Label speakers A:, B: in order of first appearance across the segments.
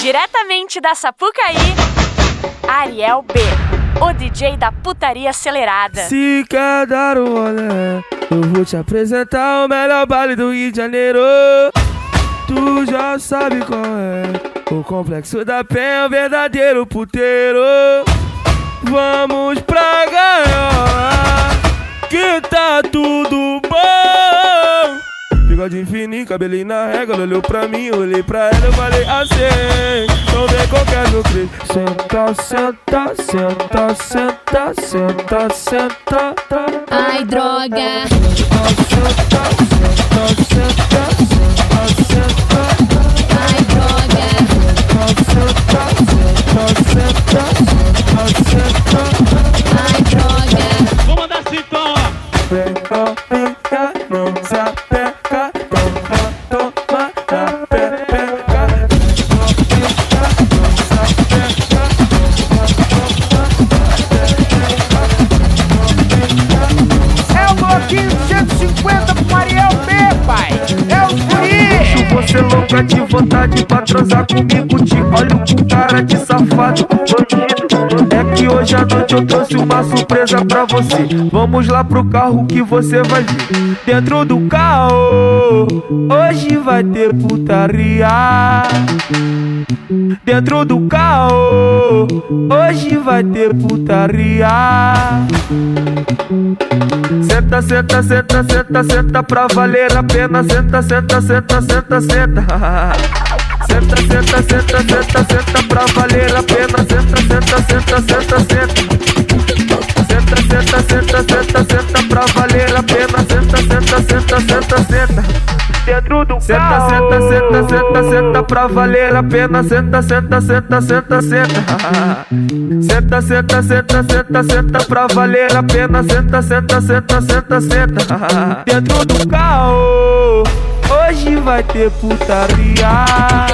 A: Diretamente da Sapucaí, Ariel B, o DJ da putaria acelerada.
B: Se quer dar um olé, eu vou te apresentar o melhor baile do Rio de Janeiro. Tu já sabe qual é, o Complexo da Penha é um verdadeiro puteiro. Vamos pra gaiola, que tá tudo bom. Bigode fininho, cabelinho na régua, ela olhou pra mim, eu olhei pra ela, eu falei assim: não vem qualquer meu crê. Senta, senta, senta, senta, senta, senta.
C: Ai, droga.
B: Senta, senta, senta, senta, senta.
C: Ai, droga.
B: Senta, senta, senta, senta.
C: Ai, droga.
D: Vou mandar assim então, ó.
B: Vem, não se apeca, toma na pepeca.
E: É o bloquinho 150 com Ariel B, pai. É o guri.
B: Você louca de vontade pra transar comigo, te olho com cara de safado, bandido. É que hoje à noite eu trouxe uma surpresa pra você. Vamos lá pro carro que você vai ver. Dentro do carro, hoje vai ter putaria. Dentro do carro, hoje vai ter putaria. Senta, senta, senta, senta, senta pra valer a pena. Senta, senta, senta, senta, senta. Senta, senta, senta, senta, senta pra valer a pena. Senta, senta, senta, senta, senta. Senta, senta, senta, senta, senta pra valer a pena. Senta, senta, senta, senta, senta. Dentro do carro. Senta, senta, senta, senta pra valer a pena. Senta, senta, senta, senta, senta. Senta, senta, senta, senta, senta pra valer a pena. Senta, senta, senta, senta, senta. Dentro do carro, hoje vai ter putaria.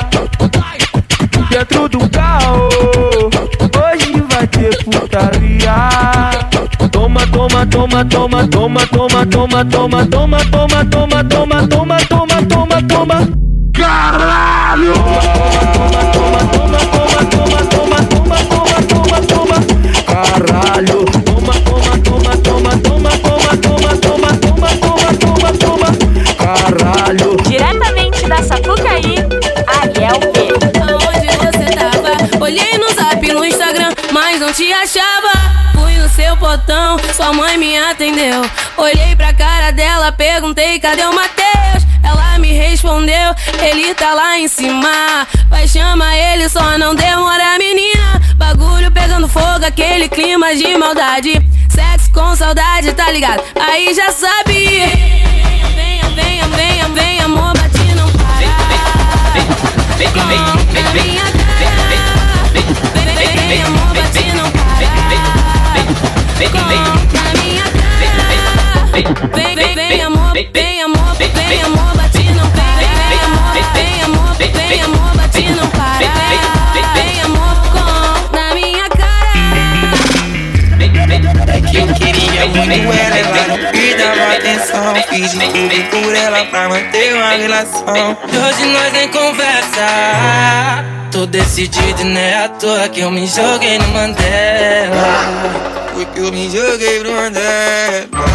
B: Dentro do carro, hoje vai ter putaria. Toma, toma, toma, toma, toma, toma, toma, toma, toma, toma, toma, toma, toma, toma, toma, toma.
E: Caralho!
B: Toma, toma, toma, toma, toma, toma, toma, toma, toma, toma. Caralho. Toma, toma, toma, toma, toma, toma, toma, toma, toma, toma, toma, toma. Caralho.
A: Diretamente da Sapucaí, Ariel B.
C: Aonde você tava? Olhei no Zap, no Instagram, mas não te achava. Fui no seu portão, sua mãe me atendeu. Olhei pra cara dela, perguntei cadê o Matheus. Ela me respondeu, ele tá lá em cima. Vai chamar ele, só não demora, menina. Bagulho pegando fogo, aquele clima de maldade. Sexo com saudade, tá ligado? Aí já sabe. Venha, venha, venha, venha, amor, bate não para. Com na minha cara. Vem, amor, bate não para. Com na minha cara. Vem, amor, vem, amor, vem, amor, bate não para. Vem, amor, vem, amor, bate não para. Vem, amor, com na minha cara.
F: Eu queria muito ela, ela não me dava atenção. Fiz de tudo por ela pra manter uma relação. Hoje nós nem conversa. Tô decidido e não é à toa que eu me joguei no Mandela. Foi que eu me joguei no Mandela.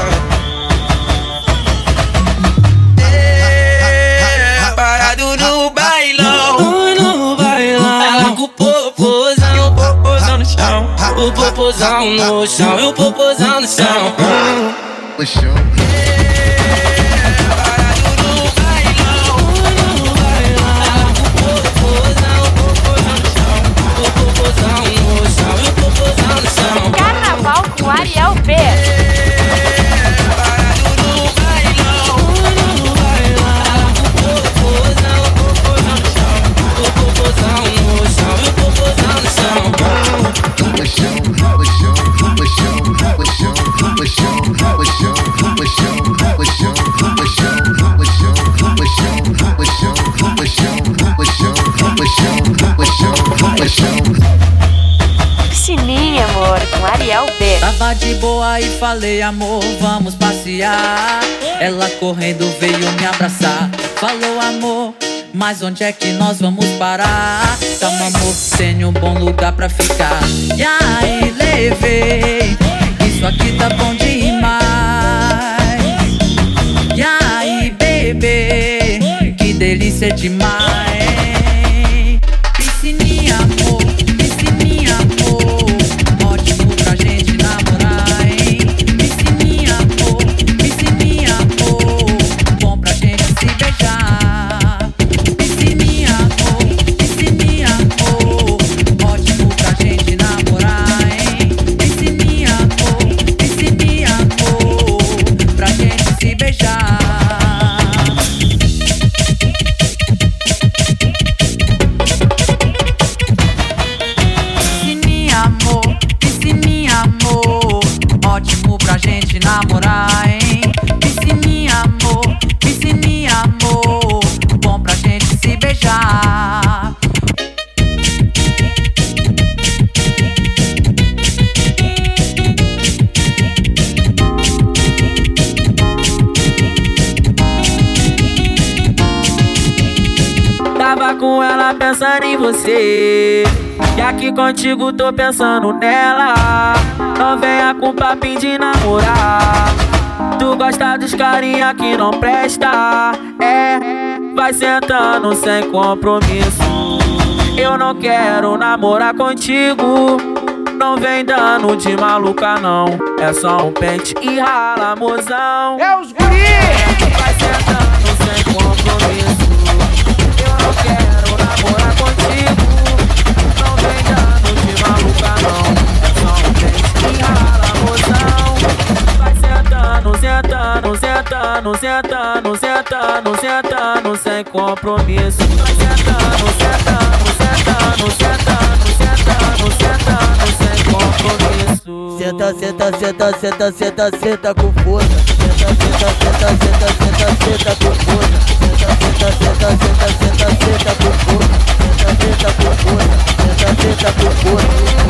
F: Parado no bailão, no bailão. Ela com o popozão no chão. O popozão no chão, e o popozão no chão.
G: No chão.
A: Carnaval com Ariel B. Piscininha, amor, com Ariel B.
H: Tava de boa e falei, amor, vamos passear. Ela correndo veio me abraçar. Falou, amor, Mas onde é que nós vamos parar? Calma, amor, tenho um bom lugar pra ficar. E aí, levei, isso aqui tá bom demais. E aí, bebê, que delícia demais. Piscininha, amor, ótimo pra gente namorar, hein? Piscininha, amor, bom pra gente se beijar. Piscininha, amor, ótimo pra gente namorar, hein? Piscininha, amor, pra gente se beijar. Piscininha, amor, ótimo pra gente namorar, hein? Piscininha, amor, bom pra gente se beijar.
B: Tava com ela pensando em você, e aqui contigo tô pensando nela. Não venha com papinho de namorar. Tu gosta dos carinha que não presta. É, vai sentando sem compromisso. Eu não quero namorar contigo. Não vem dando de maluca não. É só um pente e rala, mozão.
E: É os guri!
B: Vai sentando sem compromisso. Eu não quero namorar contigo. Não vem dando de maluca não. É só um pente e rala, mozão. Vai sentando, sentando sem compromisso. Vai sentando sem compromisso.
D: Senta com força. Senta com força. Senta com força. Senta com força.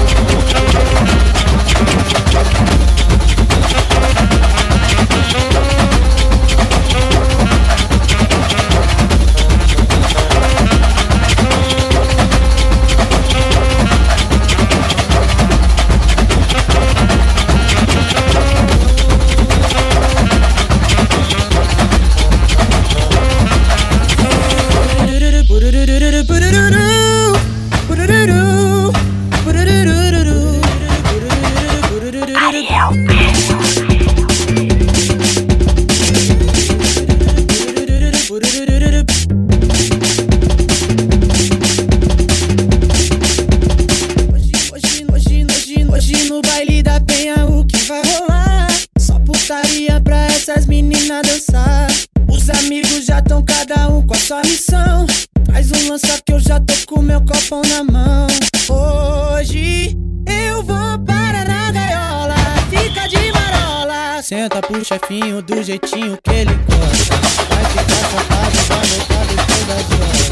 G: Hoje no baile da penha o que vai rolar? Só putaria pra essas meninas dançar. Os amigos já tão cada um com a sua missão. Faz um lança que eu já tô com meu copão na mão. Hoje eu vou parar na gaiola. Fica de marola. Senta pro chefinho do jeitinho que ele gosta. Vai ficar sentado, vai voltar depois das horas.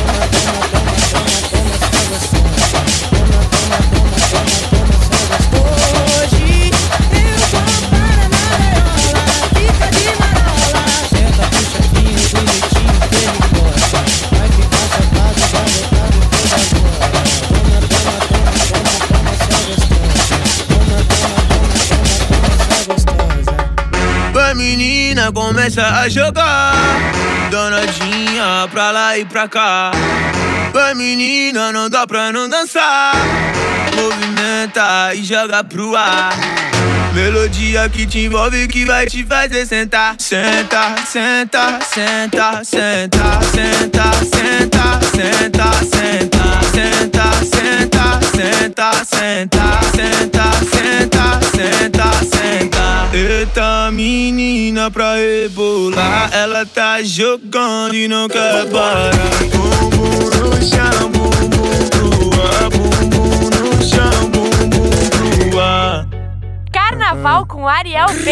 F: Menina começa a jogar, danadinha pra lá e pra cá. Vai menina, não dá pra não dançar. Movimenta e joga pro ar. Melodia que te envolve, que vai te fazer sentar. Senta, senta, senta, senta, senta, senta, senta, senta, senta, senta, senta, senta, senta, senta, senta, senta. Eita menina pra rebolar, ela tá jogando e não quer parar. Bumbum no chão, bumbum pro ar, bumbum no chão, bumbum pro ar.
A: Carnaval com Ariel B.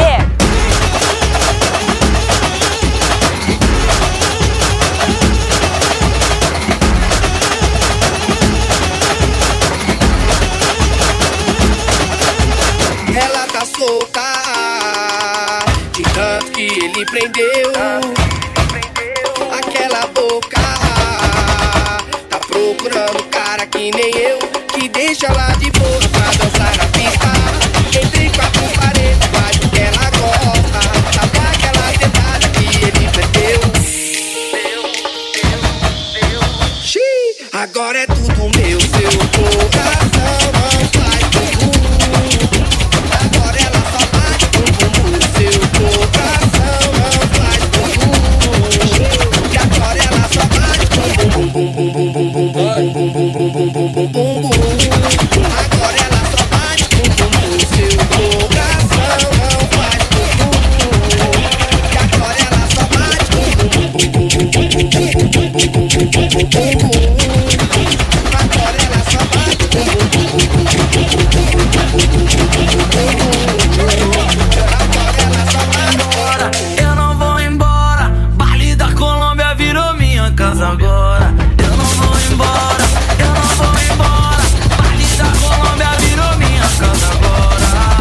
G: Ela tá solta, de tanto que ele prendeu. Aquela boca
I: procurando cara que nem eu, que deixa ela de boa pra dançar na pista. Entre quatro paredes, faz o que ela gosta, sabe aquela dedada que ele perdeu. Agora é tudo meu, seu coração não faz bumbum. Agora ela só bate bumbum, seu coração não faz bumbum. E agora ela só bate bumbum, bumbum, bumbum, bumbum, bumbum, bumbum, bumbum, bumbum, bumbum, bumbum. Agora ela só bate bumbum, seu coração não faz bumbum. E agora ela só bate bumbum, bumbum, bumbum, bumbum, bumbum, bumbum, bumbum, bumbum.
F: Eu não vou embora, baile da Colômbia virou minha casa agora. Eu não vou embora, eu não vou embora, baile da Colômbia virou minha casa agora.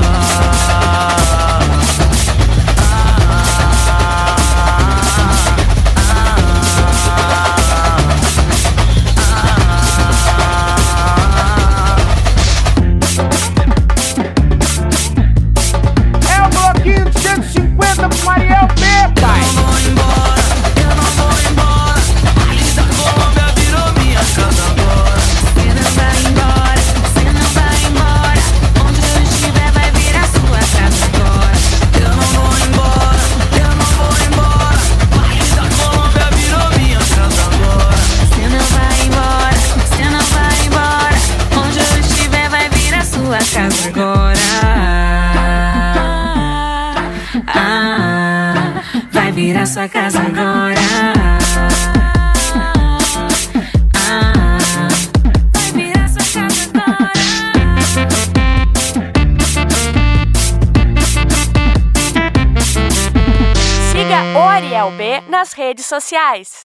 E: É o bloquinho de 150 pro Ariel B, pai.
F: Eu não vou embora, baile da Colômbia virou minha casa agora.
C: Você não vai embora, você não vai embora. Onde eu estiver vai virar sua casa agora.
F: Eu não vou embora, baile da Colômbia virou minha casa agora.
C: Você não vai embora, você não vai embora. Onde eu estiver vai virar sua casa agora. Vai virar sua casa agora. Vai virar sua casa agora.
A: Siga o Ariel B nas redes sociais.